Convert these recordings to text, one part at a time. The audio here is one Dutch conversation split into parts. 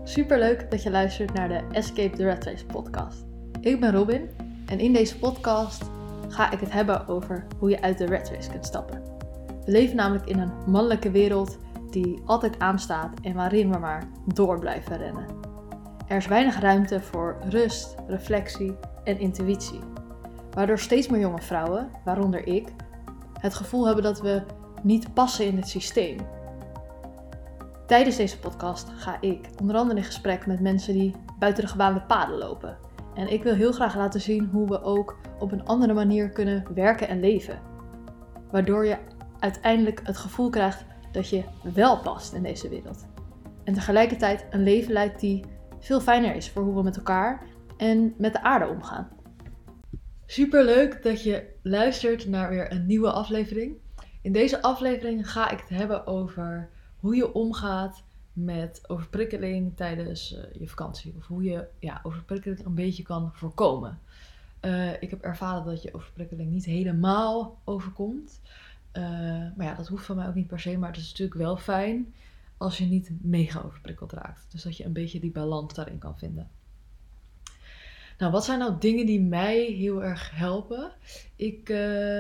Superleuk dat je luistert naar de Escape the Rat Race podcast. Ik ben Robin en in deze podcast ga ik het hebben over hoe je uit de rat race kunt stappen. We leven namelijk in een mannelijke wereld die altijd aanstaat en waarin we maar door blijven rennen. Er is weinig ruimte voor rust, reflectie en intuïtie. Waardoor steeds meer jonge vrouwen, waaronder ik, het gevoel hebben dat we niet passen in het systeem. Tijdens deze podcast ga ik onder andere in gesprek met mensen die buiten de gebaande paden lopen. En ik wil heel graag laten zien hoe we ook op een andere manier kunnen werken en leven. Waardoor je uiteindelijk het gevoel krijgt dat je wel past in deze wereld. En tegelijkertijd een leven leidt die veel fijner is voor hoe we met elkaar en met de aarde omgaan. Superleuk dat je luistert naar weer een nieuwe aflevering. In deze aflevering ga ik het hebben over hoe je omgaat met overprikkeling tijdens je vakantie. Of hoe je overprikkeling een beetje kan voorkomen. Ik heb ervaren dat je overprikkeling niet helemaal overkomt. Maar ja, dat hoeft van mij ook niet per se. Maar het is natuurlijk wel fijn als je niet mega overprikkeld raakt. Dus dat je een beetje die balans daarin kan vinden. Nou, wat zijn nou dingen die mij heel erg helpen? Ik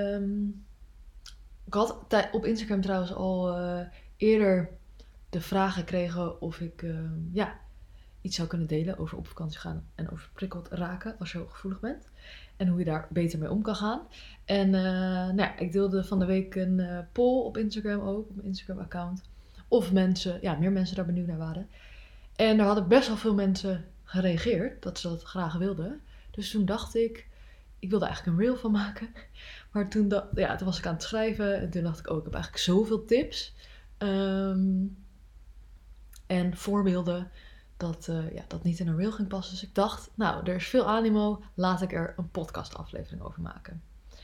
had op Instagram trouwens al eerder de vraag gekregen of ik iets zou kunnen delen over op vakantie gaan en overprikkeld raken als je gevoelig bent. En hoe je daar beter mee om kan gaan. En ik deelde van de week een poll op Instagram ook, op mijn Instagram account. Of meer mensen daar benieuwd naar waren. En daar hadden best wel veel mensen gereageerd dat ze dat graag wilden. Dus toen dacht ik wilde eigenlijk een reel van maken. Maar toen was ik aan het schrijven en toen dacht ik, ik heb eigenlijk zoveel tips. En voorbeelden dat niet in een reel ging passen. Dus ik dacht, er is veel animo, laat ik er een podcastaflevering over maken.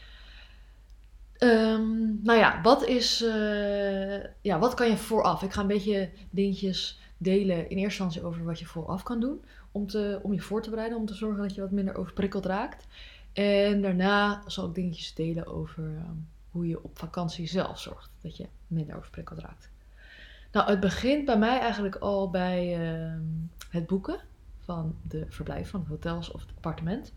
Wat kan je vooraf? Ik ga een beetje dingetjes delen in eerste instantie over wat je vooraf kan doen. Om je voor te bereiden, om te zorgen dat je wat minder overprikkeld raakt. En daarna zal ik dingetjes delen over hoe je op vakantie zelf zorgt dat je minder overprikkeld raakt. Nou, het begint bij mij eigenlijk al bij het boeken van de verblijf, van de hotels of het appartement.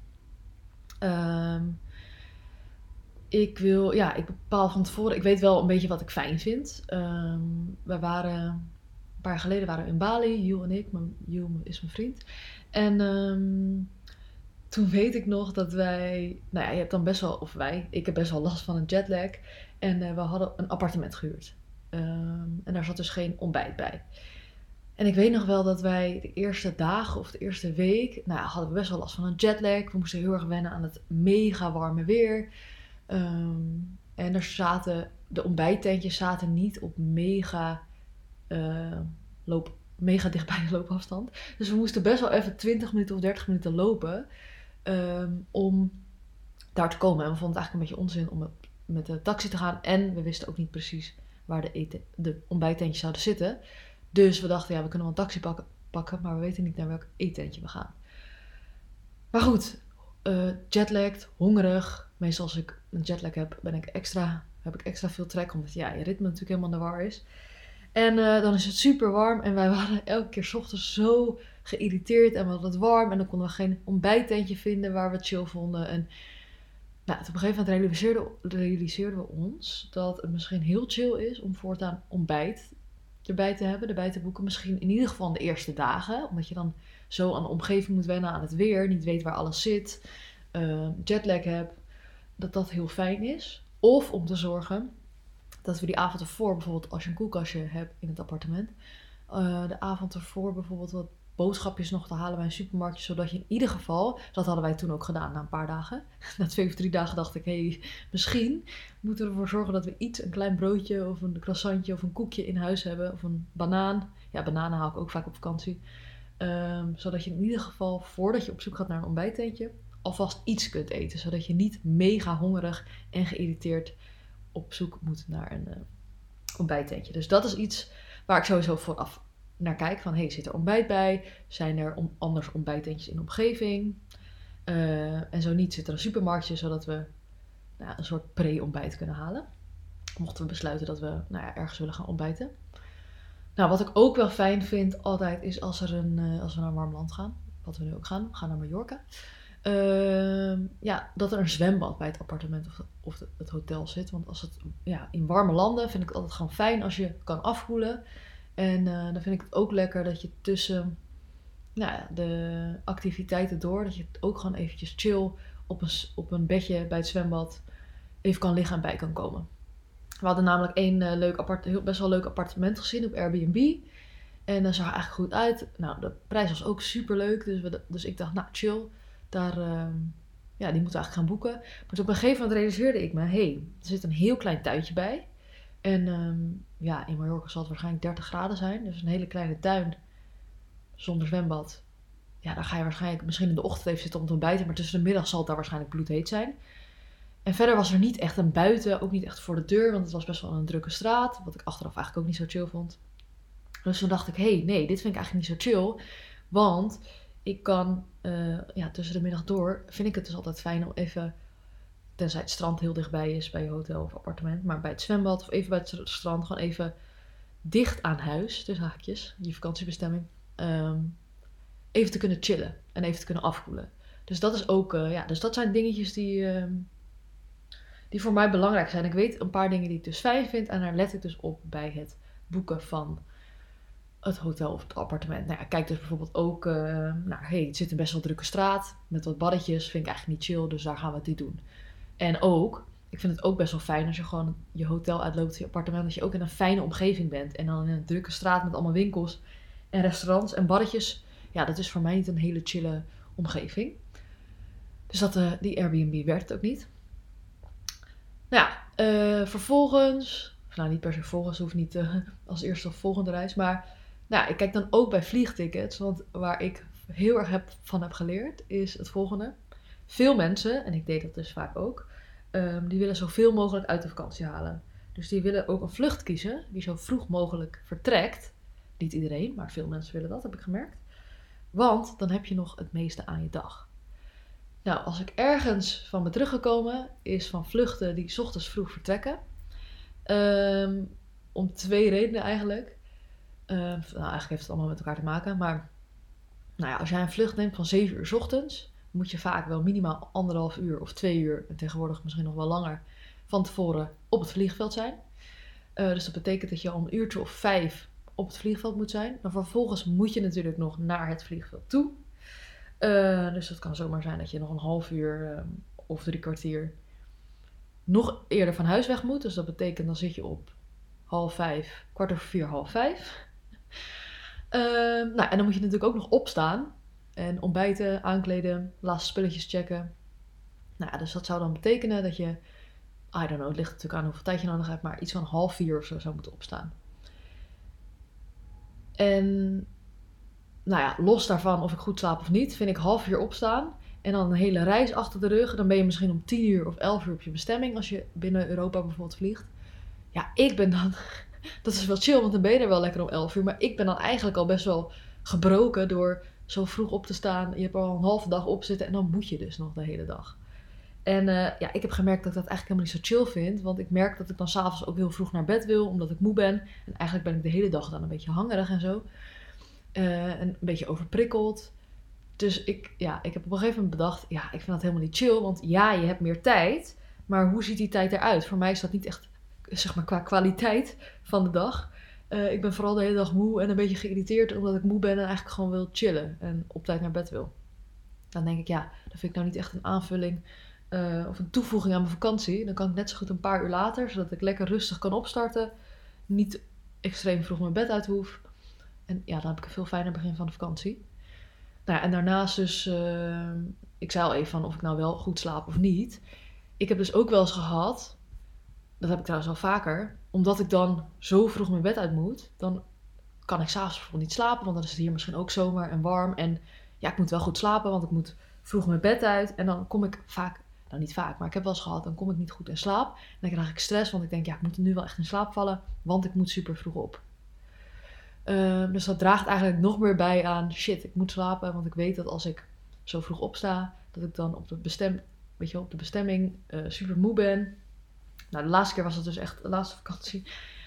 Ik bepaal van tevoren, ik weet wel een beetje wat ik fijn vind. Een paar jaar geleden waren we in Bali, Jules en ik. Jules is mijn vriend. En toen weet ik nog dat wij, je hebt dan best wel, ik heb best wel last van een jetlag. En we hadden een appartement gehuurd. En daar zat dus geen ontbijt bij. En ik weet nog wel dat wij de eerste dagen of de eerste week, hadden we best wel last van een jetlag. We moesten heel erg wennen aan het mega warme weer. En de ontbijttentjes zaten niet op mega dicht bij de loopafstand. Dus we moesten best wel even 20 minuten of 30 minuten lopen om daar te komen. En we vonden het eigenlijk een beetje onzin om met de taxi te gaan. En we wisten ook niet precies waar de ontbijttentjes zouden zitten. Dus we dachten, we kunnen wel een taxi pakken, maar we weten niet naar welk eettentje we gaan. Maar goed, jetlagged, hongerig. Meestal als ik een jetlag heb, heb ik extra veel trek, omdat je ritme natuurlijk helemaal in de war is. En dan is het super warm en wij waren elke keer 's ochtends zo geïrriteerd en we hadden het warm. En dan konden we geen ontbijttentje vinden waar we het chill vonden. En op een gegeven moment realiseerden we ons dat het misschien heel chill is om voortaan ontbijt erbij te boeken. Misschien in ieder geval in de eerste dagen, omdat je dan zo aan de omgeving moet wennen, aan het weer, niet weet waar alles zit, jetlag hebt, dat heel fijn is. Of om te zorgen dat we die avond ervoor, bijvoorbeeld als je een koelkastje hebt in het appartement, de avond ervoor bijvoorbeeld wat boodschapjes nog te halen bij een supermarktje, zodat je in ieder geval, dat hadden wij toen ook gedaan na een paar dagen, na 2 of 3 dagen dacht ik, misschien moeten we ervoor zorgen dat we een klein broodje of een croissantje of een koekje in huis hebben, of een banaan. Ja, bananen haal ik ook vaak op vakantie. Zodat je in ieder geval, voordat je op zoek gaat naar een ontbijttentje, alvast iets kunt eten, zodat je niet mega hongerig en geïrriteerd op zoek moet naar een ontbijttentje. Dus dat is iets waar ik sowieso vooraf naar kijk. Van, zit er ontbijt bij? Zijn er anders ontbijttentjes in de omgeving? En zo niet, zit er een supermarktje, zodat we een soort pre-ontbijt kunnen halen. Mochten we besluiten dat we ergens willen gaan ontbijten. Nou, wat ik ook wel fijn vind altijd is als we naar een warm land gaan. Wat we nu ook gaan. We gaan naar Mallorca. Dat er een zwembad bij het appartement of het hotel zit. Want als het in warme landen vind ik het altijd gewoon fijn als je kan afkoelen. En dan vind ik het ook lekker dat je tussen de activiteiten door, dat je het ook gewoon eventjes chill op een bedje bij het zwembad even kan liggen en bij kan komen. We hadden namelijk één best wel leuk appartement gezien op Airbnb. En dat zag er eigenlijk goed uit. Nou, de prijs was ook super leuk. Dus ik dacht, nou chill. Daar, die moeten we eigenlijk gaan boeken. Maar op een gegeven moment realiseerde ik me, er zit een heel klein tuintje bij. En in Mallorca zal het waarschijnlijk 30 graden zijn. Dus een hele kleine tuin zonder zwembad. Ja, dan ga je waarschijnlijk misschien in de ochtend even zitten om te ontbijten. Maar tussen de middag zal het daar waarschijnlijk bloedheet zijn. En verder was er niet echt een buiten, ook niet echt voor de deur. Want het was best wel een drukke straat. Wat ik achteraf eigenlijk ook niet zo chill vond. Dus toen dacht ik, nee, dit vind ik eigenlijk niet zo chill. Want ik kan tussen de middag door, vind ik het dus altijd fijn om even, tenzij het strand heel dichtbij is bij je hotel of appartement, maar bij het zwembad of even bij het strand, gewoon even dicht aan huis, dus haakjes, je vakantiebestemming, even te kunnen chillen en even te kunnen afkoelen. Dus dat is ook, dus dat zijn dingetjes die voor mij belangrijk zijn. Ik weet een paar dingen die ik dus fijn vind en daar let ik dus op bij het boeken van het hotel of het appartement. Nou ja, kijk dus bijvoorbeeld ook het zit een best wel drukke straat met wat baddetjes. Vind ik eigenlijk niet chill, dus daar gaan we het niet doen. En ook, ik vind het ook best wel fijn als je gewoon je hotel uitloopt, je appartement, dat je ook in een fijne omgeving bent. En dan in een drukke straat met allemaal winkels en restaurants en baddetjes. Ja, dat is voor mij niet een hele chille omgeving. Dus die Airbnb werkt ook niet. Nou ja, vervolgens, niet per se volgens, hoeft niet als eerste of volgende reis, maar ik kijk dan ook bij vliegtickets, want waar ik heel erg van heb geleerd is het volgende. Veel mensen, en ik deed dat dus vaak ook, die willen zoveel mogelijk uit de vakantie halen. Dus die willen ook een vlucht kiezen die zo vroeg mogelijk vertrekt. Niet iedereen, maar veel mensen willen dat, heb ik gemerkt. Want dan heb je nog het meeste aan je dag. Nou, als ik ergens van ben teruggekomen, is van vluchten die 's ochtends vroeg vertrekken. Om 2 redenen eigenlijk. Eigenlijk heeft het allemaal met elkaar te maken. Maar als jij een vlucht neemt van 7 uur 's ochtends, moet je vaak wel minimaal 1,5 uur of 2 uur, en tegenwoordig misschien nog wel langer, van tevoren op het vliegveld zijn. Dus dat betekent dat je al een uurtje of 5 op het vliegveld moet zijn. Dan vervolgens moet je natuurlijk nog naar het vliegveld toe. Dus het kan zomaar zijn dat je nog een half uur of 3 kwartier nog eerder van huis weg moet. Dus dat betekent dan zit je op 4:30, 4:15, 4:30. En dan moet je natuurlijk ook nog opstaan. En ontbijten, aankleden, laatste spulletjes checken. Dus dat zou dan betekenen dat je, I don't know, het ligt natuurlijk aan hoeveel tijd je nodig hebt, maar iets van 3:30 of zo zou moeten opstaan. En los daarvan of ik goed slaap of niet, vind ik 3:30 opstaan en dan een hele reis achter de rug. Dan ben je misschien om 10 uur of 11 uur op je bestemming als je binnen Europa bijvoorbeeld vliegt. Ja, ik ben dan, dat is wel chill, want dan ben je er wel lekker om 11 uur. Maar ik ben dan eigenlijk al best wel gebroken door zo vroeg op te staan. Je hebt al een halve dag op zitten en dan moet je dus nog de hele dag. En ik heb gemerkt dat ik dat eigenlijk helemaal niet zo chill vind. Want ik merk dat ik dan s'avonds ook heel vroeg naar bed wil, omdat ik moe ben. En eigenlijk ben ik de hele dag dan een beetje hangerig en zo. En een beetje overprikkeld. Dus ik heb op een gegeven moment bedacht, ik vind dat helemaal niet chill. Want je hebt meer tijd. Maar hoe ziet die tijd eruit? Voor mij is dat niet echt, zeg maar, qua kwaliteit van de dag. Ik ben vooral de hele dag moe en een beetje geïrriteerd omdat ik moe ben en eigenlijk gewoon wil chillen. En op tijd naar bed wil. Dan denk ik, dat vind ik nou niet echt een aanvulling of een toevoeging aan mijn vakantie. Dan kan ik net zo goed een paar uur later, zodat ik lekker rustig kan opstarten. Niet extreem vroeg mijn bed uit hoef. En dan heb ik een veel fijner begin van de vakantie. En daarnaast dus, ik zei al even van of ik nou wel goed slaap of niet. Ik heb dus ook wel eens gehad, dat heb ik trouwens wel vaker, omdat ik dan zo vroeg mijn bed uit moet, dan kan ik s'avonds bijvoorbeeld niet slapen, want dan is het hier misschien ook zomer en warm. En ik moet wel goed slapen, want ik moet vroeg mijn bed uit. En dan kom ik vaak, nou niet vaak, maar ik heb wel eens gehad, dan kom ik niet goed in slaap. En dan krijg ik stress, want ik denk, ik moet er nu wel echt in slaap vallen, want ik moet super vroeg op. Dus dat draagt eigenlijk nog meer bij aan, shit, ik moet slapen, want ik weet dat als ik zo vroeg opsta, dat ik dan op de bestemming super moe ben. De laatste keer was het dus echt de laatste vakantie.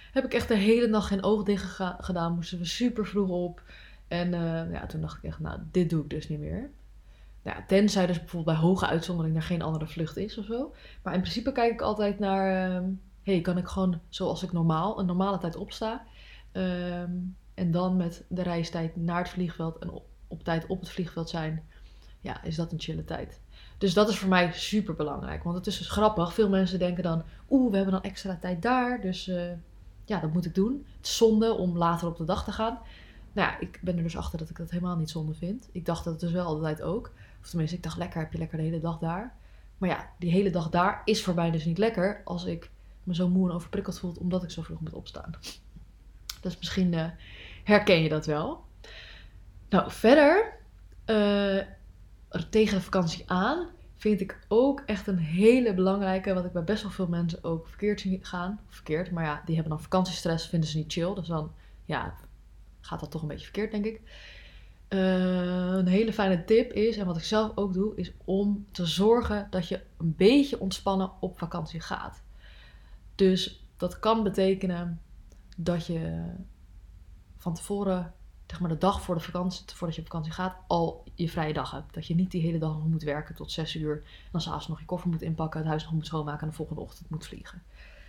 heb ik echt de hele nacht geen oog dicht gedaan. Moesten we super vroeg op. En toen dacht ik echt, nou, dit doe ik dus niet meer. Nou, tenzij dus bijvoorbeeld bij hoge uitzondering er geen andere vlucht is of zo. Maar in principe kijk ik altijd naar... kan ik gewoon zoals ik een normale tijd opsta. En dan met de reistijd naar het vliegveld en op tijd op het vliegveld zijn. Ja, is dat een chille tijd. Dus dat is voor mij super belangrijk. Want het is dus grappig. Veel mensen denken dan... we hebben dan extra tijd daar. Dus dat moet ik doen. Het is zonde om later op de dag te gaan. Nou ja, ik ben er dus achter dat ik dat helemaal niet zonde vind. Ik dacht dat het dus wel altijd ook. Of tenminste, ik dacht heb je lekker de hele dag daar. Maar ja, die hele dag daar is voor mij dus niet lekker... als ik me zo moe en overprikkeld voel... omdat ik zo vroeg moet opstaan. Dus misschien herken je dat wel. Nou, verder... tegen de vakantie aan vind ik ook echt een hele belangrijke, wat ik bij best wel veel mensen ook verkeerd zie gaan. Verkeerd, maar ja, die hebben dan vakantiestress, vinden ze niet chill. Dus dan, gaat dat toch een beetje verkeerd, denk ik. Een hele fijne tip is, en wat ik zelf ook doe, is om te zorgen dat je een beetje ontspannen op vakantie gaat. Dus dat kan betekenen dat je van tevoren, zeg maar de dag voor de vakantie, voordat je op vakantie gaat, al je vrije dag hebt. Dat je niet die hele dag nog moet werken tot 6 uur. En dan s'avonds nog je koffer moet inpakken, het huis nog moet schoonmaken en de volgende ochtend moet vliegen.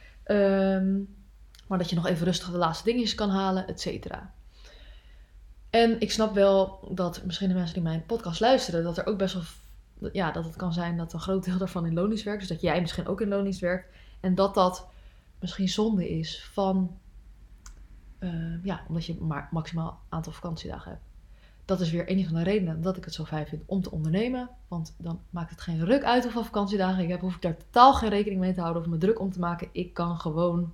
Maar dat je nog even rustig de laatste dingetjes kan halen, et cetera. En ik snap wel dat misschien de mensen die mijn podcast luisteren, dat er ook best wel, dat het kan zijn dat een groot deel daarvan in loondienst werkt. Dus dat jij misschien ook in loondienst werkt. En dat misschien zonde is van... omdat je maar maximaal aantal vakantiedagen hebt. Dat is weer een van de redenen dat ik het zo fijn vind om te ondernemen. Want dan maakt het geen ruk uit hoeveel vakantiedagen ik heb. Hoef ik daar totaal geen rekening mee te houden of me druk om te maken. Ik kan gewoon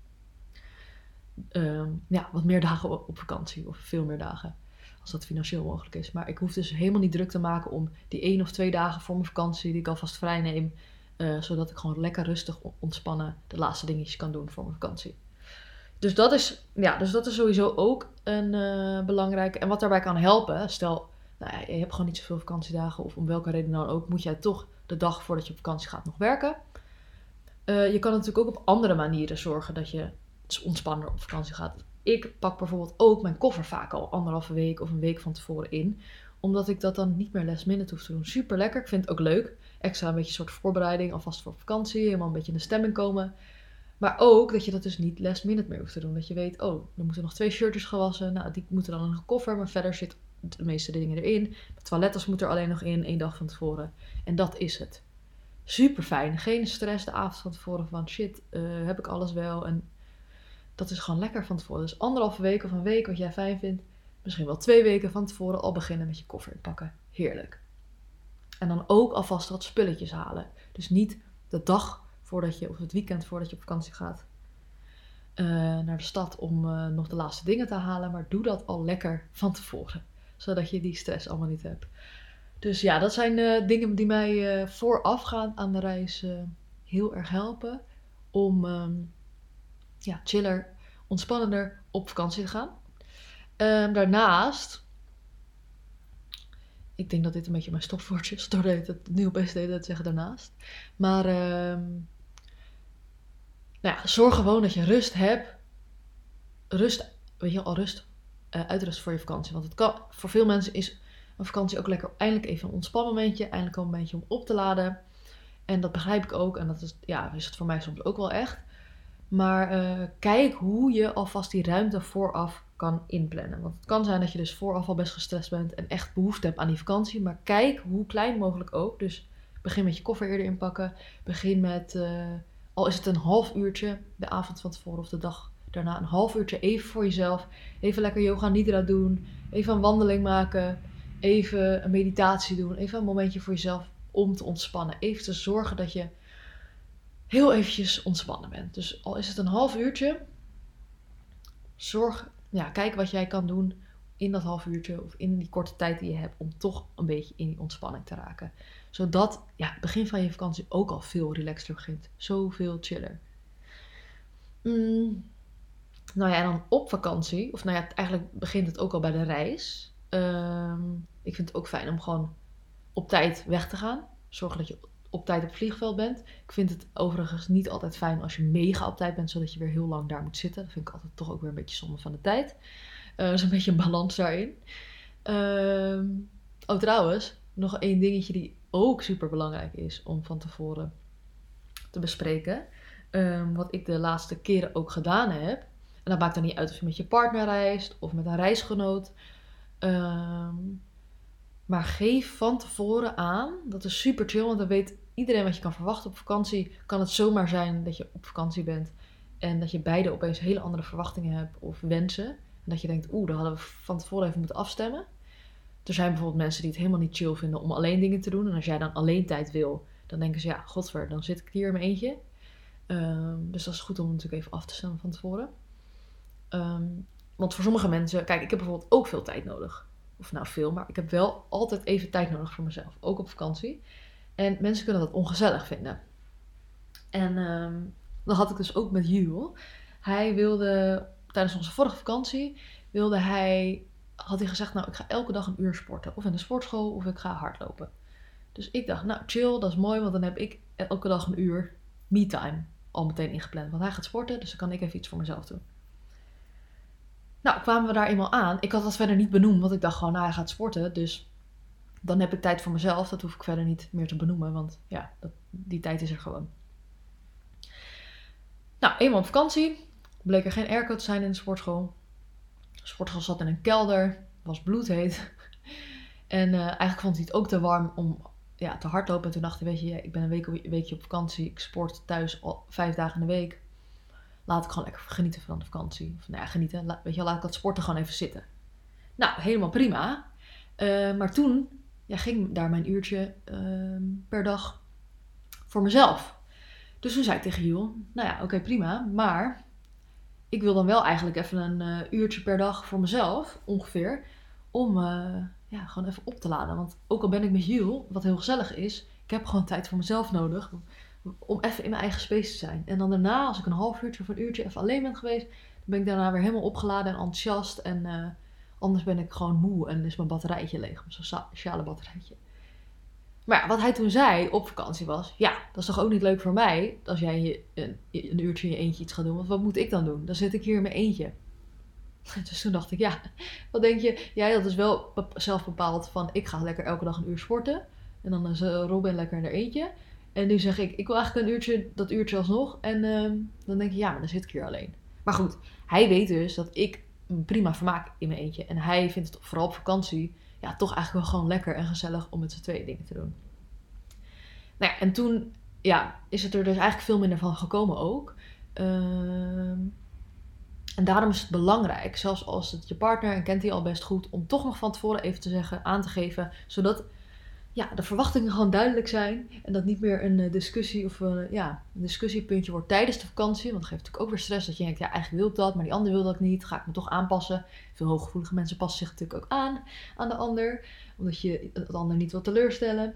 wat meer dagen op vakantie. Of veel meer dagen. Als dat financieel mogelijk is. Maar ik hoef dus helemaal niet druk te maken om die 1 of 2 dagen voor mijn vakantie die ik alvast vrij neem. Zodat ik gewoon lekker rustig ontspannen de laatste dingetjes kan doen voor mijn vakantie. Dus dat is sowieso ook een belangrijke. En wat daarbij kan helpen, stel, je hebt gewoon niet zoveel vakantiedagen of om welke reden dan ook, moet jij toch de dag voordat je op vakantie gaat nog werken. Je kan natuurlijk ook op andere manieren zorgen dat je ontspanner op vakantie gaat. Ik pak bijvoorbeeld ook mijn koffer vaak al 1,5 week of een week van tevoren in. Omdat ik dat dan niet meer last minute hoef te doen. Super lekker, ik vind het ook leuk. Extra een beetje een soort voorbereiding, alvast voor vakantie, helemaal een beetje in de stemming komen. Maar ook dat je dat dus niet last minute meer hoeft te doen. Dat je weet, er moeten nog 2 shirtjes gewassen. Nou, die moeten dan in een koffer. Maar verder zit de meeste dingen erin. De toilettas moet er alleen nog in, 1 dag van tevoren. En dat is het. Super fijn. Geen stress de avond van tevoren van shit, heb ik alles wel. En dat is gewoon lekker van tevoren. Dus 1,5 week of een week wat jij fijn vindt. Misschien wel 2 weken van tevoren al beginnen met je koffer inpakken. Heerlijk. En dan ook alvast wat spulletjes halen. Dus niet de dag voordat je, of het weekend voordat je op vakantie gaat, naar de stad om nog de laatste dingen te halen. Maar doe dat al lekker van tevoren. Zodat je die stress allemaal niet hebt. Dus ja, dat zijn dingen die mij voorafgaand aan de reis heel erg helpen. Om chiller, ontspannender op vakantie te gaan. Daarnaast, ik denk dat dit een beetje mijn stopwoordje is, doordat het nu opeens deed dat zeggen daarnaast. Maar zorg gewoon dat je rust hebt. Uitrust voor je vakantie. Want het kan, voor veel mensen is een vakantie ook lekker eindelijk even een ontspanmomentje. Eindelijk een momentje om op te laden. En dat begrijp ik ook. En dat is het voor mij soms ook wel echt. Maar kijk hoe je alvast die ruimte vooraf kan inplannen. Want het kan zijn dat je dus vooraf al best gestrest bent en echt behoefte hebt aan die vakantie. Maar kijk hoe klein mogelijk ook. Dus begin met je koffer eerder inpakken. Begin met, al is het een half uurtje de avond van tevoren of de dag daarna, een half uurtje even voor jezelf. Even lekker yoga nidra doen. Even een wandeling maken. Even een meditatie doen. Even een momentje voor jezelf om te ontspannen. Even te zorgen dat je heel eventjes ontspannen bent. Dus al is het een half uurtje, kijk wat jij kan doen in dat half uurtje of in die korte tijd die je hebt om toch een beetje in die ontspanning te raken. Zodat het begin van je vakantie ook al veel relaxter begint. Zoveel chiller. En dan op vakantie, of eigenlijk begint het ook al bij de reis. Ik vind het ook fijn om gewoon op tijd weg te gaan. Zorgen dat je op tijd op het vliegveld bent. Ik vind het overigens niet altijd fijn als je mega op tijd bent, zodat je weer heel lang daar moet zitten. Dat vind ik altijd toch ook weer een beetje zonde van de tijd. Dus een beetje een balans daarin. Trouwens, nog één dingetje die ook super belangrijk is om van tevoren te bespreken. Wat ik de laatste keren ook gedaan heb. En dat maakt dan niet uit of je met je partner reist of met een reisgenoot. Maar geef van tevoren aan. Dat is super chill, want dan weet iedereen wat je kan verwachten. Op vakantie kan het zomaar zijn dat je op vakantie bent. En dat je beide opeens hele andere verwachtingen hebt of wensen. En dat je denkt, daar hadden we van tevoren even moeten afstemmen. Er zijn bijvoorbeeld mensen die het helemaal niet chill vinden om alleen dingen te doen. En als jij dan alleen tijd wil, dan denken ze, ja, godver, dan zit ik hier in mijn eentje. Dus dat is goed om natuurlijk even af te stemmen van tevoren. Want voor sommige mensen, kijk, ik heb bijvoorbeeld ook veel tijd nodig. Of nou veel, maar ik heb wel altijd even tijd nodig voor mezelf. Ook op vakantie. En mensen kunnen dat ongezellig vinden. En dat had ik dus ook met Jules. Hij wilde, tijdens onze vorige vakantie, had hij gezegd, nou, ik ga elke dag een uur sporten. Of in de sportschool, of ik ga hardlopen. Dus ik dacht, nou, chill, dat is mooi, want dan heb ik elke dag een uur me-time al meteen ingepland. Want hij gaat sporten, dus dan kan ik even iets voor mezelf doen. Nou, kwamen we daar eenmaal aan. Ik had dat verder niet benoemd, want ik dacht gewoon, nou, hij gaat sporten. Dus dan heb ik tijd voor mezelf. Dat hoef ik verder niet meer te benoemen, want ja, die tijd is er gewoon. Nou, eenmaal op vakantie. Bleek er geen airco te zijn in de sportschool. De sportschool zat in een kelder. Was bloedheet. En eigenlijk vond hij het ook te warm om te hardlopen. En toen dacht hij, weet je, ik ben een weekje op vakantie. Ik sport thuis al 5 dagen in de week. Laat ik gewoon lekker genieten van de vakantie. Of nou ja, genieten. Laat ik dat sporten gewoon even zitten. Nou, helemaal prima. Maar toen ging daar mijn uurtje per dag voor mezelf. Dus toen zei ik tegen Jules, nou ja, oké, prima. Maar ik wil dan wel eigenlijk even een uurtje per dag voor mezelf, ongeveer. Om gewoon even op te laden. Want ook al ben ik met Jules, wat heel gezellig is, ik heb gewoon tijd voor mezelf nodig. Om even in mijn eigen space te zijn. En dan daarna, als ik een half uurtje of een uurtje even alleen ben geweest, dan ben ik daarna weer helemaal opgeladen en enthousiast. En anders ben ik gewoon moe en is mijn batterijtje leeg. Zo'n sociale batterijtje. Maar ja, wat hij toen zei op vakantie was, ja, dat is toch ook niet leuk voor mij als jij een uurtje in je eentje iets gaat doen. Want wat moet ik dan doen? Dan zit ik hier in mijn eentje. Dus toen dacht ik, ja, wat denk je? Jij had dus wel zelf bepaald van, ik ga lekker elke dag een uur sporten. En dan is Robin lekker in haar eentje. En nu zeg ik wil eigenlijk dat uurtje alsnog. En dan denk je, ja, maar dan zit ik hier alleen. Maar goed, hij weet dus dat ik me prima vermaak in mijn eentje. En hij vindt het vooral op vakantie toch eigenlijk wel gewoon lekker en gezellig om met z'n tweeën dingen te doen. Nou ja, en toen is het er dus eigenlijk veel minder van gekomen ook. En daarom is het belangrijk, zelfs als het je partner en kent hij al best goed, om toch nog van tevoren even te zeggen, aan te geven, zodat de verwachtingen gewoon duidelijk zijn. En dat niet meer een discussie of een discussiepuntje wordt tijdens de vakantie. Want dat geeft natuurlijk ook weer stress dat je denkt, ja, eigenlijk wil ik dat, maar die ander wil dat niet. Ga ik me toch aanpassen? Veel hooggevoelige mensen passen zich natuurlijk ook aan de ander. Omdat je het ander niet wil teleurstellen.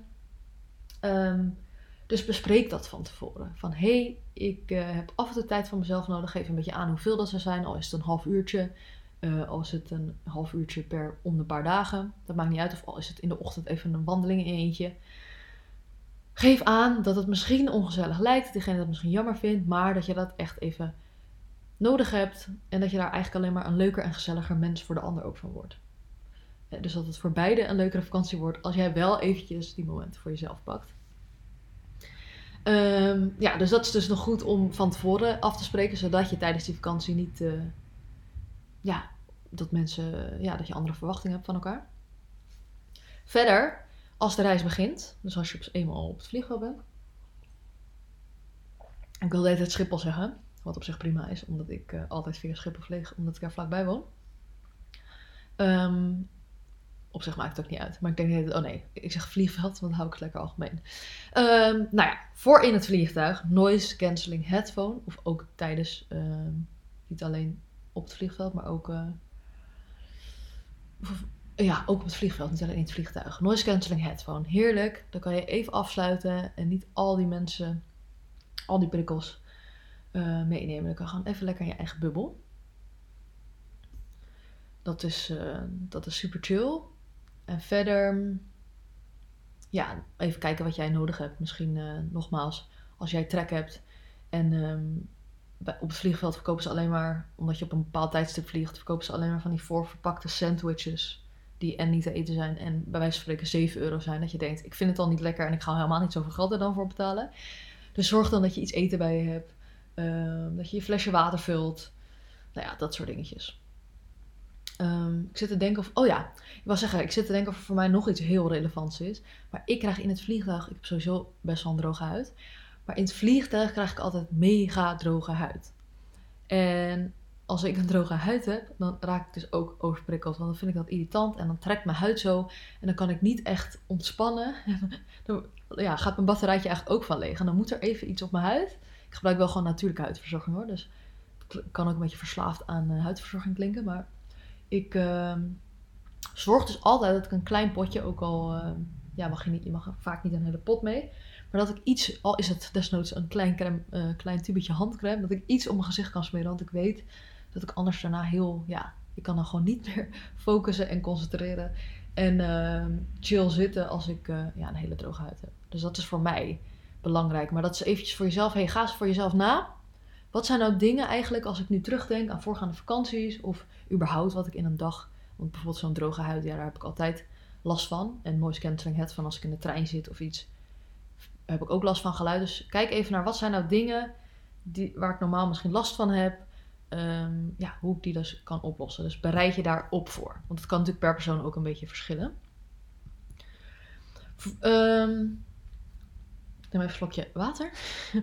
Dus bespreek dat van tevoren. Van, ik heb af en toe tijd van mezelf nodig. Geef een beetje aan hoeveel dat zou zijn. Al is het een half uurtje. Al is het een half uurtje om de paar dagen. Dat maakt niet uit. Of al is het in de ochtend even een wandeling in eentje. Geef aan dat het misschien ongezellig lijkt. Dat diegene dat misschien jammer vindt. Maar dat je dat echt even nodig hebt. En dat je daar eigenlijk alleen maar een leuker en gezelliger mens voor de ander ook van wordt. Dus dat het voor beide een leukere vakantie wordt. Als jij wel eventjes die momenten voor jezelf pakt. Dus dat is dus nog goed om van tevoren af te spreken. Zodat je tijdens die vakantie niet... dat je andere verwachtingen hebt van elkaar. Verder, als de reis begint, dus als je eenmaal op het vliegveld bent. Ik wilde het Schiphol zeggen, wat op zich prima is, omdat ik altijd via Schiphol vlieg, omdat ik er vlakbij woon. Op zich maakt het ook niet uit, maar ik denk, ik zeg vliegveld, want dan hou ik het lekker algemeen. Voor in het vliegtuig, noise cancelling headphone, of ook tijdens, niet alleen op het vliegveld, maar ook... ook op het vliegveld, niet alleen in het vliegtuig. Noise cancelling headphone, heerlijk. Dan kan je even afsluiten en niet al die mensen, al die prikkels meenemen. Dan kan je gewoon even lekker in je eigen bubbel. Dat is super chill. En verder, ja, even kijken wat jij nodig hebt. Misschien nogmaals, als jij trek hebt en op het vliegveld verkopen ze alleen maar, omdat je op een bepaald tijdstip vliegt, verkopen ze alleen maar van die voorverpakte sandwiches die en niet te eten zijn en bij wijze van spreken 7 euro zijn. Dat je denkt, ik vind het al niet lekker en ik ga helemaal niet zoveel geld er dan voor betalen. Dus zorg dan dat je iets eten bij je hebt. Dat je je flesje water vult. Nou ja, dat soort dingetjes. Ik zit te denken ik zit te denken of er voor mij nog iets heel relevants is. Maar ik krijg in het vliegtuig, ik heb sowieso best wel een droge huid. Maar in het vliegtuig krijg ik altijd mega droge huid. En als ik een droge huid heb, dan raak ik dus ook overprikkeld. Want dan vind ik dat irritant en dan trekt mijn huid zo. En dan kan ik niet echt ontspannen. Dan gaat mijn batterijtje eigenlijk ook van leeg. En dan moet er even iets op mijn huid. Ik gebruik wel gewoon natuurlijke huidverzorging hoor. Dus het kan ook een beetje verslaafd aan huidverzorging klinken. Maar ik zorg dus altijd dat ik een klein potje, ook al je mag vaak niet een hele pot mee. Maar dat ik iets, al is het desnoods een klein tubetje handcrème, dat ik iets op mijn gezicht kan smeren. Want ik weet dat ik anders daarna ik kan dan gewoon niet meer focussen en concentreren. En chill zitten als ik een hele droge huid heb. Dus dat is voor mij belangrijk. Maar dat is eventjes voor jezelf. Ga eens voor jezelf na. Wat zijn nou dingen eigenlijk, als ik nu terugdenk aan voorgaande vakanties of überhaupt wat ik in een dag, want bijvoorbeeld zo'n droge huid, daar heb ik altijd last van. En noise cancelling headphones van als ik in de trein zit of iets, heb ik ook last van geluid. Dus kijk even naar wat zijn nou dingen waar ik normaal misschien last van heb. Hoe ik die dus kan oplossen. Dus bereid je daar op voor. Want het kan natuurlijk per persoon ook een beetje verschillen. Ik neem even een slokje water.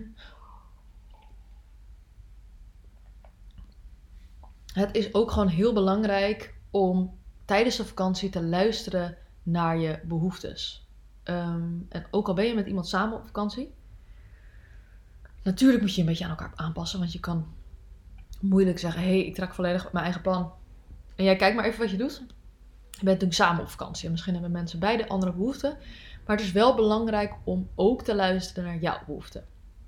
Het is ook gewoon heel belangrijk om tijdens de vakantie te luisteren naar je behoeftes. En ook al ben je met iemand samen op vakantie. Natuurlijk moet je een beetje aan elkaar aanpassen. Want je kan moeilijk zeggen, ik trek volledig op mijn eigen plan. En jij kijkt maar even wat je doet. Je bent natuurlijk samen op vakantie. En misschien hebben mensen beide andere behoeften. Maar het is wel belangrijk om ook te luisteren naar jouw behoeften.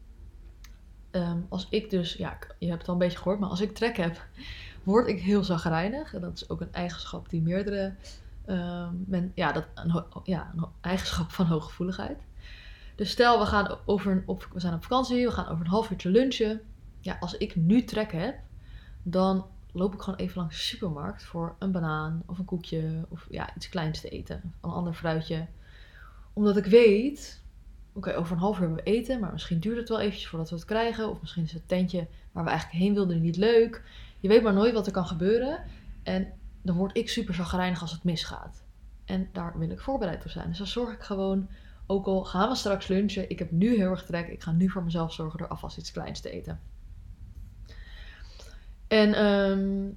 Als ik dus, je hebt het al een beetje gehoord, maar als ik trek heb, word ik heel chagrijnig. En dat is ook een eigenschap die meerdere een eigenschap van hooggevoeligheid. Dus stel, we zijn op vakantie, we gaan over een half uurtje lunchen. Ja, als ik nu trek heb, dan loop ik gewoon even langs de supermarkt voor een banaan of een koekje of iets kleins te eten. Een ander fruitje. Omdat ik weet, over een half uur hebben we eten, maar misschien duurt het wel eventjes voordat we het krijgen. Of misschien is het tentje waar we eigenlijk heen wilden niet leuk. Je weet maar nooit wat er kan gebeuren. En dan word ik super chagrijnig als het misgaat. En daar wil ik voorbereid op zijn. Dus dan zorg ik gewoon, ook al gaan we straks lunchen, ik heb nu heel erg trek. Ik ga nu voor mezelf zorgen door alvast iets kleins te eten. En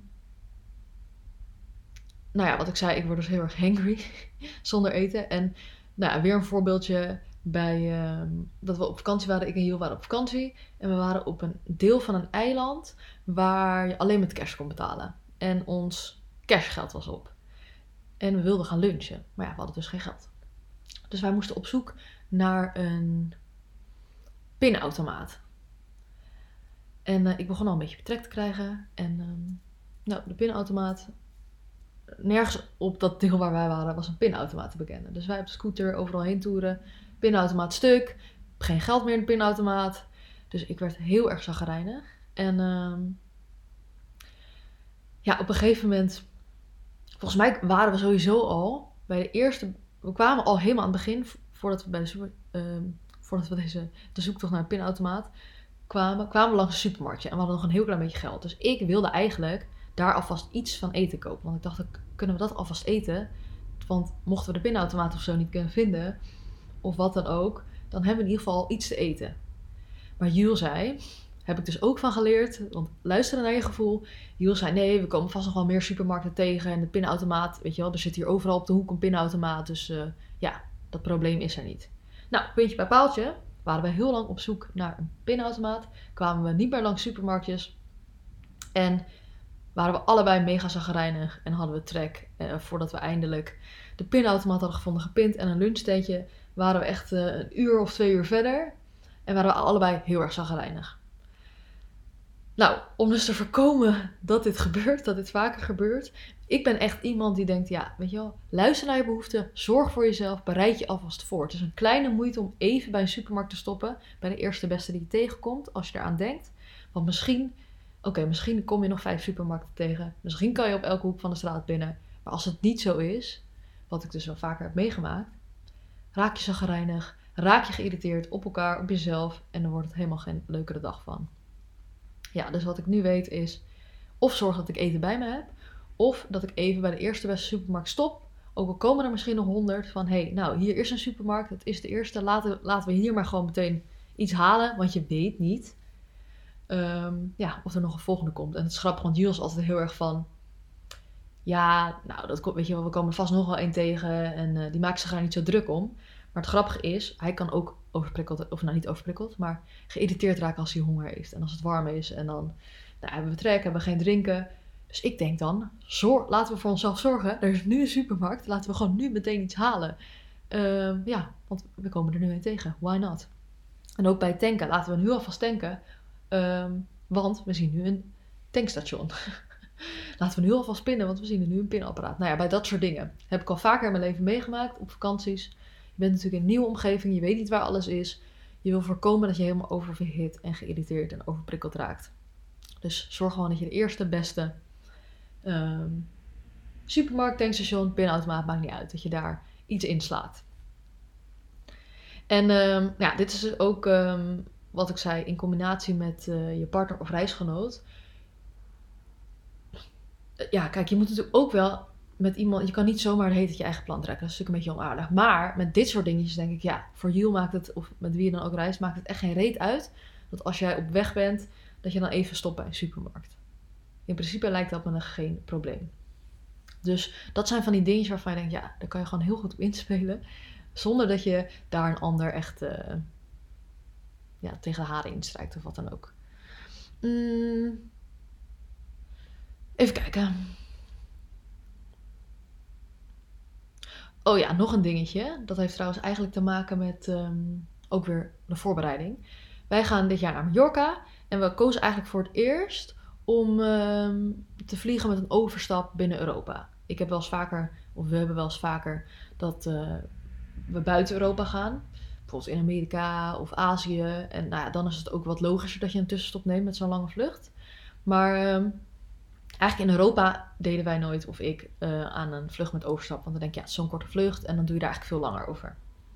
wat ik zei, ik word dus heel erg hangry zonder eten. En weer een voorbeeldje bij dat we op vakantie waren. Ik en Jill waren op vakantie. En we waren op een deel van een eiland waar je alleen met cash kon betalen. En ons cashgeld was op. En we wilden gaan lunchen. Maar we hadden dus geen geld. Dus wij moesten op zoek naar een pinautomaat. En ik begon al een beetje trek te krijgen. En de pinautomaat, nergens op dat deel waar wij waren was een pinautomaat te bekennen. Dus wij op de scooter overal heen toeren. Pinautomaat stuk. Geen geld meer in de pinautomaat. Dus ik werd heel erg chagrijnig. En op een gegeven moment, volgens mij waren we sowieso al bij de eerste. We kwamen al helemaal aan het begin, voordat we de zoektocht naar een pinautomaat kwamen we langs een supermarktje. En we hadden nog een heel klein beetje geld. Dus ik wilde eigenlijk daar alvast iets van eten kopen. Want ik dacht, kunnen we dat alvast eten? Want mochten we de pinautomaat of zo niet kunnen vinden, of wat dan ook, dan hebben we in ieder geval iets te eten. Maar Jules zei, heb ik dus ook van geleerd, want luisteren naar je gevoel. Jules zei, nee, we komen vast nog wel meer supermarkten tegen en de pinautomaat, weet je wel, er zit hier overal op de hoek een pinautomaat. Dus dat probleem is er niet. Nou, puntje bij paaltje, waren we heel lang op zoek naar een pinautomaat. Kwamen we niet meer langs supermarktjes. En waren we allebei mega chagrijnig en hadden we trek. Voordat we eindelijk de pinautomaat hadden gevonden, gepint en een lunchtentje, waren we echt een uur of 2 uur verder. En waren we allebei heel erg chagrijnig. Nou, om dus te voorkomen dat dit gebeurt, dat dit vaker gebeurt. Ik ben echt iemand die denkt, ja, weet je wel, luister naar je behoeften, zorg voor jezelf, bereid je alvast voor. Het is een kleine moeite om even bij een supermarkt te stoppen, bij de eerste beste die je tegenkomt, als je eraan denkt. Want misschien kom je nog 5 supermarkten tegen. Misschien kan je op elke hoek van de straat binnen. Maar als het niet zo is, wat ik dus wel vaker heb meegemaakt, raak je chagrijnig, raak je geïrriteerd op elkaar, op jezelf en dan wordt het helemaal geen leukere dag van. Ja, dus wat ik nu weet is of zorg dat ik eten bij me heb, of dat ik even bij de eerste beste supermarkt stop. Ook al komen er misschien nog 100 van, nou, hier is een supermarkt, het is de eerste, laten we hier maar gewoon meteen iets halen, want je weet niet of er nog een volgende komt. En het is grappig, want Jules is altijd heel erg van, ja, nou, dat komt, weet je wel, we komen vast nog wel één tegen en die maakt zich daar niet zo druk om. Maar het grappige is, hij kan ook overprikkeld, of nou niet overprikkeld, maar geïrriteerd raken als hij honger heeft. En als het warm is en dan hebben we trek, hebben we geen drinken. Dus ik denk dan, laten we voor onszelf zorgen. Er is nu een supermarkt, laten we gewoon nu meteen iets halen. Want we komen er nu een tegen. Why not? En ook bij tanken, laten we nu alvast tanken. Want we zien nu een tankstation. Laten we nu alvast pinnen, want we zien er nu een pinapparaat. Nou ja, bij dat soort dingen heb ik al vaker in mijn leven meegemaakt op vakanties. Je bent natuurlijk in een nieuwe omgeving, je weet niet waar alles is. Je wil voorkomen dat je helemaal oververhit en geïrriteerd en overprikkeld raakt. Dus zorg gewoon dat je de eerste beste supermarkt, tankstation, pinautomaat, maakt niet uit. Dat je daar iets inslaat. En dit is dus ook wat ik zei, in combinatie met je partner of reisgenoot. Ja, kijk, je moet natuurlijk ook wel met iemand, je kan niet zomaar de heet je eigen plan trekken. Dat is natuurlijk een beetje onaardig. Maar met dit soort dingetjes denk ik, ja, voor Jules maakt het, of met wie je dan ook reist, maakt het echt geen reet uit. Dat als jij op weg bent, dat je dan even stopt bij een supermarkt. In principe lijkt dat me geen probleem. Dus dat zijn van die dingetjes waarvan je denkt, ja, daar kan je gewoon heel goed op inspelen. Zonder dat je daar een ander echt tegen de haren instrijkt of wat dan ook. Even kijken. Oh ja, nog een dingetje. Dat heeft trouwens eigenlijk te maken met ook weer de voorbereiding. Wij gaan dit jaar naar Mallorca. En we kozen eigenlijk voor het eerst om te vliegen met een overstap binnen Europa. We hebben wel eens vaker dat we buiten Europa gaan. Bijvoorbeeld in Amerika of Azië. En nou ja, dan is het ook wat logischer dat je een tussenstop neemt met zo'n lange vlucht. Maar eigenlijk in Europa deden wij nooit, of ik, aan een vlucht met overstap. Want dan denk je, ja, het is zo'n korte vlucht en dan doe je daar eigenlijk veel langer over.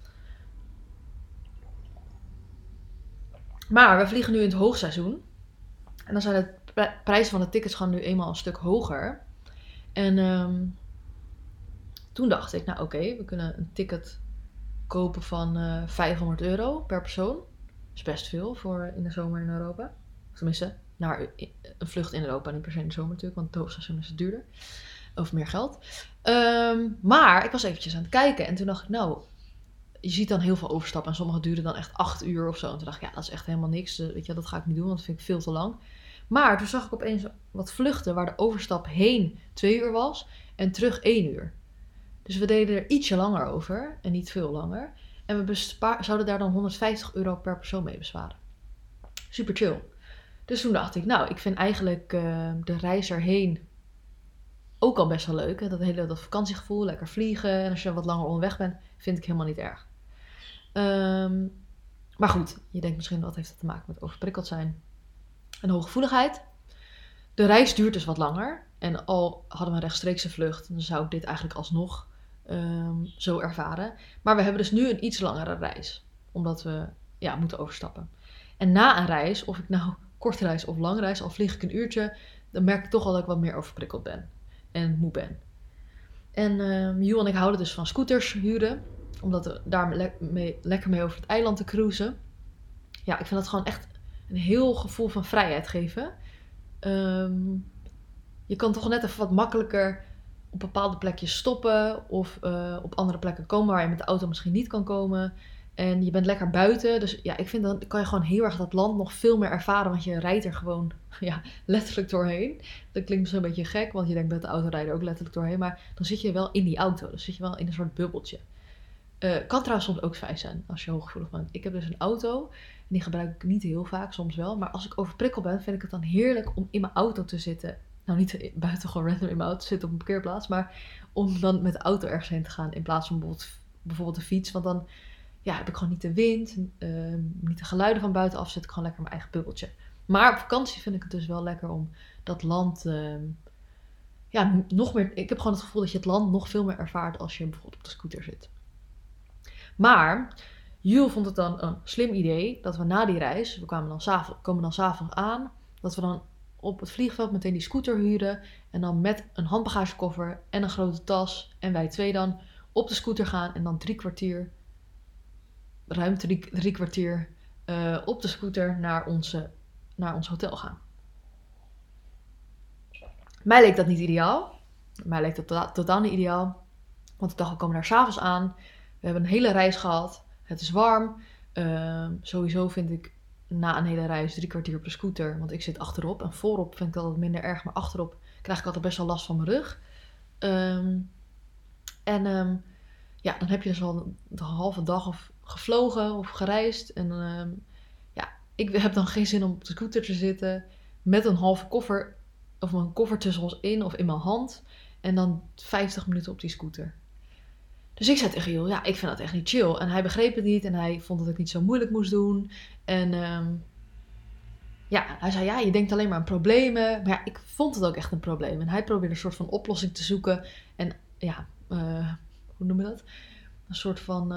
Maar we vliegen nu in het hoogseizoen. En dan zijn de prijzen van de tickets gewoon nu eenmaal een stuk hoger. En toen dacht ik, nou oké, we kunnen een ticket kopen van €500 per persoon. Dat is best veel voor in de zomer in Europa. Tenminste, naar een vlucht in Europa, niet per se in de zomer natuurlijk, want het hoogseizoen is het duurder. Of meer geld. Maar ik was eventjes aan het kijken en toen dacht ik, nou, je ziet dan heel veel overstappen en sommige duren dan echt 8 uur of zo. En toen dacht ik, ja, dat is echt helemaal niks. Weet je, dat ga ik niet doen, want dat vind ik veel te lang. Maar toen zag ik opeens wat vluchten waar de overstap heen 2 uur was en terug 1 uur. Dus we deden er ietsje langer over en niet veel langer. En we zouden daar dan €150 per persoon mee besparen. Super chill. Dus toen dacht ik, nou, ik vind eigenlijk de reis erheen ook al best wel leuk. Hè? Dat vakantiegevoel, lekker vliegen. En als je wat langer onderweg bent, vind ik helemaal niet erg. Maar goed, je denkt misschien wat heeft dat te maken met overprikkeld zijn en hooggevoeligheid. De reis duurt dus wat langer. En al hadden we een rechtstreekse vlucht, dan zou ik dit eigenlijk alsnog zo ervaren. Maar we hebben dus nu een iets langere reis. Omdat we moeten overstappen. En na een reis, of ik nou korte reis of lange reis, al vlieg ik een uurtje, dan merk ik toch al dat ik wat meer overprikkeld ben. En moe ben. En Jules en ik houden dus van scooters huren. Omdat we daar lekker mee over het eiland te cruisen. Ja, ik vind dat gewoon echt een heel gevoel van vrijheid geven. Je kan toch net even wat makkelijker op bepaalde plekjes stoppen. Of op andere plekken komen waar je met de auto misschien niet kan komen. En je bent lekker buiten. Dus ja, ik vind dan kan je gewoon heel erg dat land nog veel meer ervaren. Want je rijdt er gewoon letterlijk doorheen. Dat klinkt misschien een beetje gek. Want je denkt met de auto rijden ook letterlijk doorheen. Maar dan zit je wel in die auto. Dan zit je wel in een soort bubbeltje. Kan trouwens soms ook fijn zijn als je hooggevoelig bent. Ik heb dus een auto en die gebruik ik niet heel vaak, soms wel. Maar als ik overprikkeld ben, vind ik het dan heerlijk om in mijn auto te zitten. Nou, niet buiten gewoon random in mijn auto te zitten op een parkeerplaats, maar om dan met de auto ergens heen te gaan in plaats van bijvoorbeeld de fiets. Want dan heb ik gewoon niet de wind, niet de geluiden van buitenaf, zit ik gewoon lekker in mijn eigen bubbeltje. Maar op vakantie vind ik het dus wel lekker om dat land, nog meer. Ik heb gewoon het gevoel dat je het land nog veel meer ervaart als je bijvoorbeeld op de scooter zit. Maar Jules vond het dan een slim idee dat we na die reis, we komen dan 's avonds aan, dat we dan op het vliegveld meteen die scooter huren en dan met een handbagagekoffer en een grote tas en wij twee dan op de scooter gaan en dan ruim drie kwartier op de scooter naar ons hotel gaan. Mij leek dat niet ideaal. Mij leek dat totaal niet ideaal. Want ik dacht, we komen daar 's avonds aan. We hebben een hele reis gehad. Het is warm. Sowieso vind ik na een hele reis 3 kwartier op de scooter. Want ik zit achterop. En voorop vind ik dat altijd minder erg. Maar achterop krijg ik altijd best wel last van mijn rug. Dan heb je dus al een halve dag of gevlogen of gereisd. En ik heb dan geen zin om op de scooter te zitten. Met een halve koffer. Of mijn koffer tussen ons in of in mijn hand. En dan 50 minuten op die scooter. Dus ik zei tegen Jules, ik vind dat echt niet chill. En hij begreep het niet en hij vond dat ik niet zo moeilijk moest doen. En hij zei, je denkt alleen maar aan problemen. Maar ik vond het ook echt een probleem. En hij probeerde een soort van oplossing te zoeken. En hoe noem je dat? Een soort van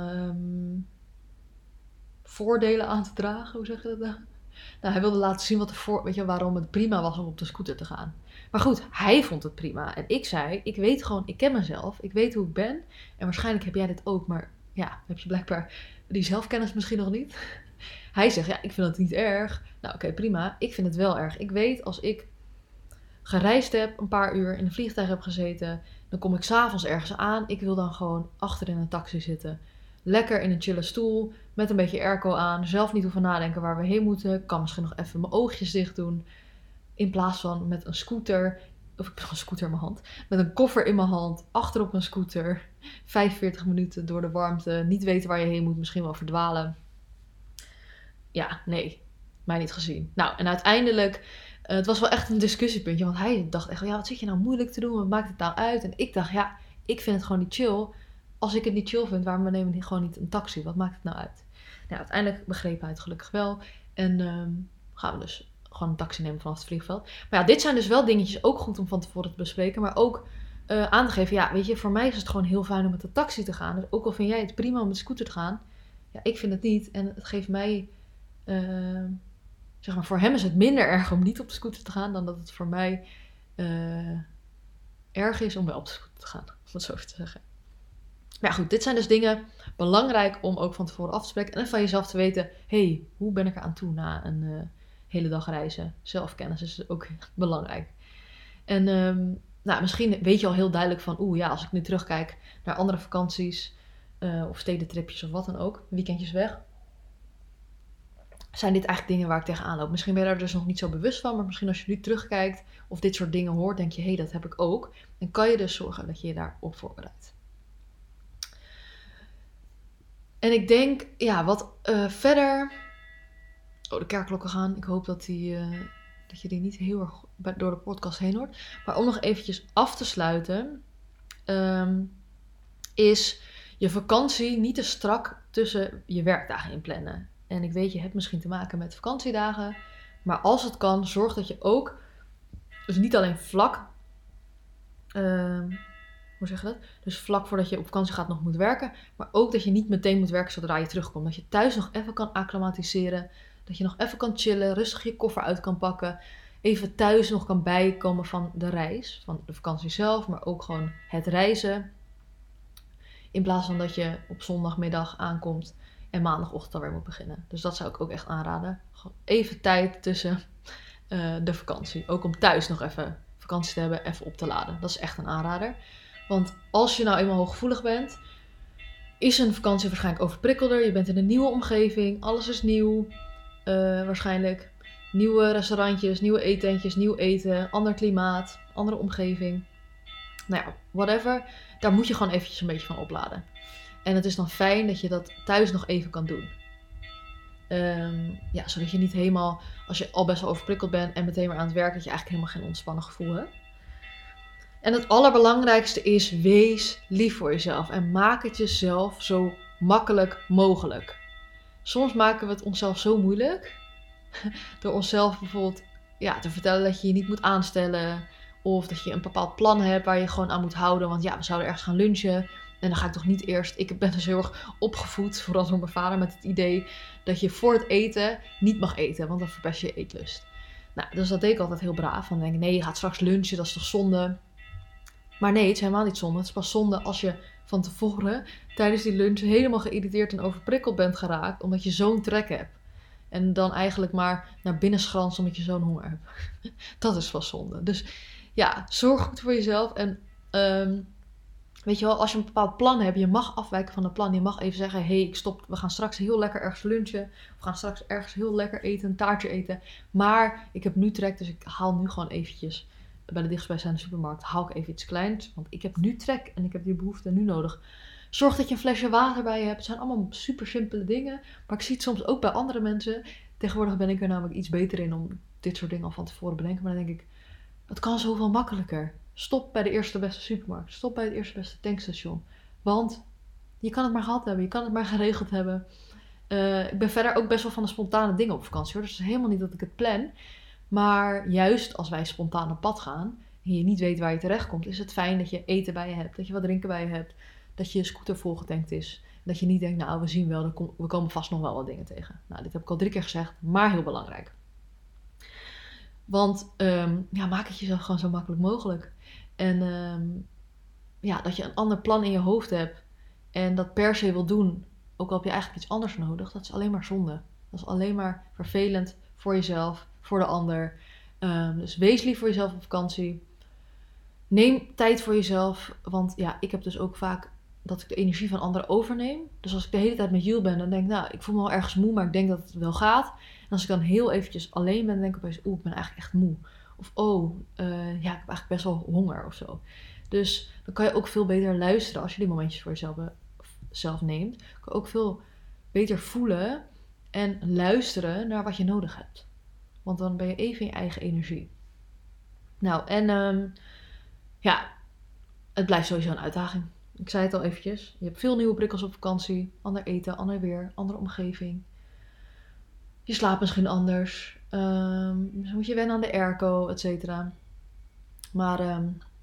voordelen aan te dragen. Hoe zeg je dat nou? Nou, hij wilde laten zien waarom het prima was om op de scooter te gaan. Maar goed, hij vond het prima. En ik zei, ik ken mezelf. Ik weet hoe ik ben. En waarschijnlijk heb jij dit ook. Maar heb je blijkbaar die zelfkennis misschien nog niet. Hij zegt, ik vind het niet erg. Nou, oké, prima. Ik vind het wel erg. Ik weet, als ik gereisd heb, een paar uur in een vliegtuig heb gezeten, dan kom ik 's avonds ergens aan. Ik wil dan gewoon achter in een taxi zitten. Lekker in een chille stoel, met een beetje airco aan. Zelf niet hoeven nadenken waar we heen moeten. Ik kan misschien nog even mijn oogjes dicht doen. In plaats van met een scooter, of ik heb een scooter in mijn hand, met een koffer in mijn hand, achterop een scooter, 45 minuten door de warmte, niet weten waar je heen moet, misschien wel verdwalen. Ja, nee, mij niet gezien. Nou, en uiteindelijk, het was wel echt een discussiepuntje, want hij dacht echt, wat zit je nou moeilijk te doen, wat maakt het nou uit? En ik dacht, ik vind het gewoon niet chill. Als ik het niet chill vind, waarom nemen we gewoon niet een taxi? Wat maakt het nou uit? Nou, uiteindelijk begreep hij het gelukkig wel. En gaan we dus gewoon een taxi nemen vanaf het vliegveld. Maar dit zijn dus wel dingetjes ook goed om van tevoren te bespreken. Maar ook aan te geven, weet je, voor mij is het gewoon heel fijn om met de taxi te gaan. Dus ook al vind jij het prima om met de scooter te gaan. Ik vind het niet. En het geeft mij, voor hem is het minder erg om niet op de scooter te gaan dan dat het voor mij erg is om wel op de scooter te gaan. Om het zo even te zeggen. Maar goed, dit zijn dus dingen belangrijk om ook van tevoren af te spreken. En van jezelf te weten, hoe ben ik er aan toe na een hele dag reizen? Zelfkennis is ook belangrijk. En misschien weet je al heel duidelijk van, als ik nu terugkijk naar andere vakanties of stedentripjes of wat dan ook, weekendjes weg, zijn dit eigenlijk dingen waar ik tegenaan loop. Misschien ben je daar dus nog niet zo bewust van, maar misschien als je nu terugkijkt of dit soort dingen hoort, denk je, dat heb ik ook. Dan kan je dus zorgen dat je je daarop voorbereidt. En ik denk, wat verder. De kerkklokken gaan. Ik hoop dat je die niet heel erg door de podcast heen hoort. Maar om nog eventjes af te sluiten. Is je vakantie niet te strak tussen je werkdagen inplannen. En ik weet, je hebt misschien te maken met vakantiedagen. Maar als het kan, zorg dat je ook. Dus niet alleen vlak. Hoe zeg je dat? Dus vlak voordat je op vakantie gaat nog moet werken. Maar ook dat je niet meteen moet werken zodra je terugkomt. Dat je thuis nog even kan acclimatiseren. Dat je nog even kan chillen. Rustig je koffer uit kan pakken. Even thuis nog kan bijkomen van de reis. Van de vakantie zelf. Maar ook gewoon het reizen. In plaats van dat je op zondagmiddag aankomt. En maandagochtend alweer moet beginnen. Dus dat zou ik ook echt aanraden. Gewoon even tijd tussen de vakantie. Ook om thuis nog even vakantie te hebben. Even op te laden. Dat is echt een aanrader. Want als je nou eenmaal hooggevoelig bent, is een vakantie waarschijnlijk overprikkelder. Je bent in een nieuwe omgeving, alles is nieuw, waarschijnlijk. Nieuwe restaurantjes, nieuwe eetentjes, nieuw eten, ander klimaat, andere omgeving. Nou ja, whatever. Daar moet je gewoon eventjes een beetje van opladen. En het is dan fijn dat je dat thuis nog even kan doen. Zodat je niet helemaal, als je al best wel overprikkeld bent en meteen weer aan het werk, dat je eigenlijk helemaal geen ontspannen gevoel hebt. En het allerbelangrijkste is, wees lief voor jezelf en maak het jezelf zo makkelijk mogelijk. Soms maken we het onszelf zo moeilijk, door onszelf bijvoorbeeld te vertellen dat je je niet moet aanstellen, of dat je een bepaald plan hebt waar je gewoon aan moet houden, want we zouden ergens gaan lunchen. En dan ga ik toch niet eerst. Ik ben dus heel erg opgevoed, vooral door mijn vader, met het idee dat je voor het eten niet mag eten, want dan verpest je je eetlust. Nou, dus dat deed ik altijd heel braaf. Dan denk ik, nee, je gaat straks lunchen, dat is toch zonde? Maar nee, het is helemaal niet zonde. Het is pas zonde als je van tevoren tijdens die lunch helemaal geïrriteerd en overprikkeld bent geraakt, omdat je zo'n trek hebt. En dan eigenlijk maar naar binnen schranst omdat je zo'n honger hebt. Dat is pas zonde. Dus zorg goed voor jezelf. En weet je wel, als je een bepaald plan hebt, je mag afwijken van het plan. Je mag even zeggen, ik stop, we gaan straks heel lekker ergens lunchen. We gaan straks ergens heel lekker eten, een taartje eten. Maar ik heb nu trek, dus ik haal nu gewoon eventjes bij de dichtstbijzijnde supermarkt, haal ik even iets kleins. Want ik heb nu trek en ik heb die behoefte nu nodig. Zorg dat je een flesje water bij je hebt. Het zijn allemaal super simpele dingen. Maar ik zie het soms ook bij andere mensen. Tegenwoordig ben ik er namelijk iets beter in om dit soort dingen al van tevoren te bedenken. Maar dan denk ik, het kan zoveel makkelijker. Stop bij de eerste beste supermarkt. Stop bij het eerste beste tankstation. Want je kan het maar gehad hebben. Je kan het maar geregeld hebben. Ik ben verder ook best wel van de spontane dingen op vakantie, hoor. Dus het is helemaal niet dat ik het plan. Maar juist als wij spontaan op pad gaan en je niet weet waar je terecht komt, is het fijn dat je eten bij je hebt. Dat je wat drinken bij je hebt. Dat je scooter volgetankt is. Dat je niet denkt, we zien wel, we komen vast nog wel wat dingen tegen. Nou, dit heb ik al 3 keer gezegd, maar heel belangrijk. Want maak het jezelf gewoon zo makkelijk mogelijk. En dat je een ander plan in je hoofd hebt en dat per se wil doen, ook al heb je eigenlijk iets anders nodig, dat is alleen maar zonde. Dat is alleen maar vervelend voor jezelf, voor de ander. Dus wees lief voor jezelf op vakantie. Neem tijd voor jezelf, want ik heb dus ook vaak dat ik de energie van anderen overneem. Dus als ik de hele tijd met Jules ben, dan denk ik, ik voel me wel ergens moe, maar ik denk dat het wel gaat. En als ik dan heel eventjes alleen ben, dan denk ik opeens, ik ben eigenlijk echt moe. Of ik heb eigenlijk best wel honger of zo. Dus dan kan je ook veel beter luisteren als je die momentjes voor jezelf neemt. Dan kan je ook veel beter voelen en luisteren naar wat je nodig hebt. Want dan ben je even in je eigen energie. Nou, en het blijft sowieso een uitdaging. Ik zei het al eventjes. Je hebt veel nieuwe prikkels op vakantie. Ander eten, ander weer, andere omgeving. Je slaapt misschien anders. Dus moet je wennen aan de airco, et cetera. Maar,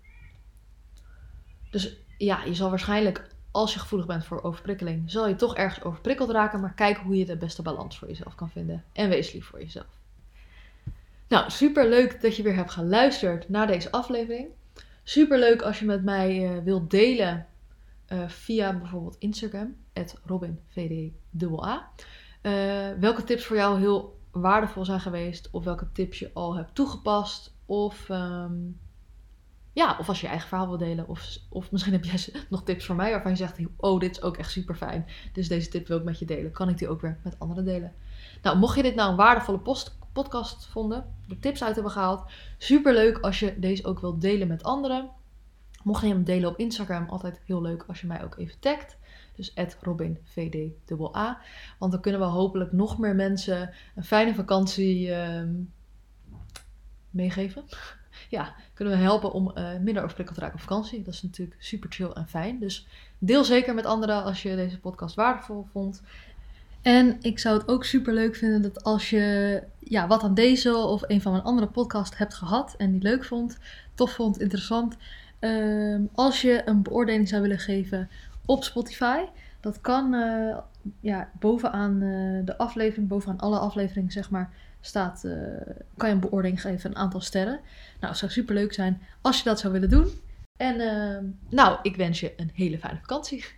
je zal waarschijnlijk, als je gevoelig bent voor overprikkeling, zal je toch ergens overprikkeld raken. Maar kijk hoe je de beste balans voor jezelf kan vinden. En wees lief voor jezelf. Nou, super leuk dat je weer hebt geluisterd naar deze aflevering. Super leuk als je met mij wilt delen via bijvoorbeeld Instagram, @robinvdA. Welke tips voor jou heel waardevol zijn geweest, of welke tips je al hebt toegepast, of als je je eigen verhaal wil delen, of misschien heb jij nog tips voor mij waarvan je zegt, dit is ook echt super fijn, dus deze tip wil ik met je delen. Kan ik die ook weer met anderen delen? Nou, mocht je dit nou een waardevolle podcast vonden, de tips uit hebben gehaald, super leuk als je deze ook wilt delen met anderen. Mocht je hem delen op Instagram, altijd heel leuk als je mij ook even tagt. Dus @robinvdA. Want dan kunnen we hopelijk nog meer mensen een fijne vakantie meegeven. Kunnen we helpen om minder overprikkeld te raken op vakantie. Dat is natuurlijk super chill en fijn. Dus deel zeker met anderen als je deze podcast waardevol vond. En ik zou het ook super leuk vinden dat als je wat aan deze of een van mijn andere podcasts hebt gehad en die leuk vond, tof vond, interessant, als je een beoordeling zou willen geven op Spotify. Dat kan bovenaan de aflevering, bovenaan alle afleveringen zeg maar, kan je een beoordeling geven, een aantal sterren. Nou, het zou super leuk zijn als je dat zou willen doen. En ik wens je een hele fijne vakantie.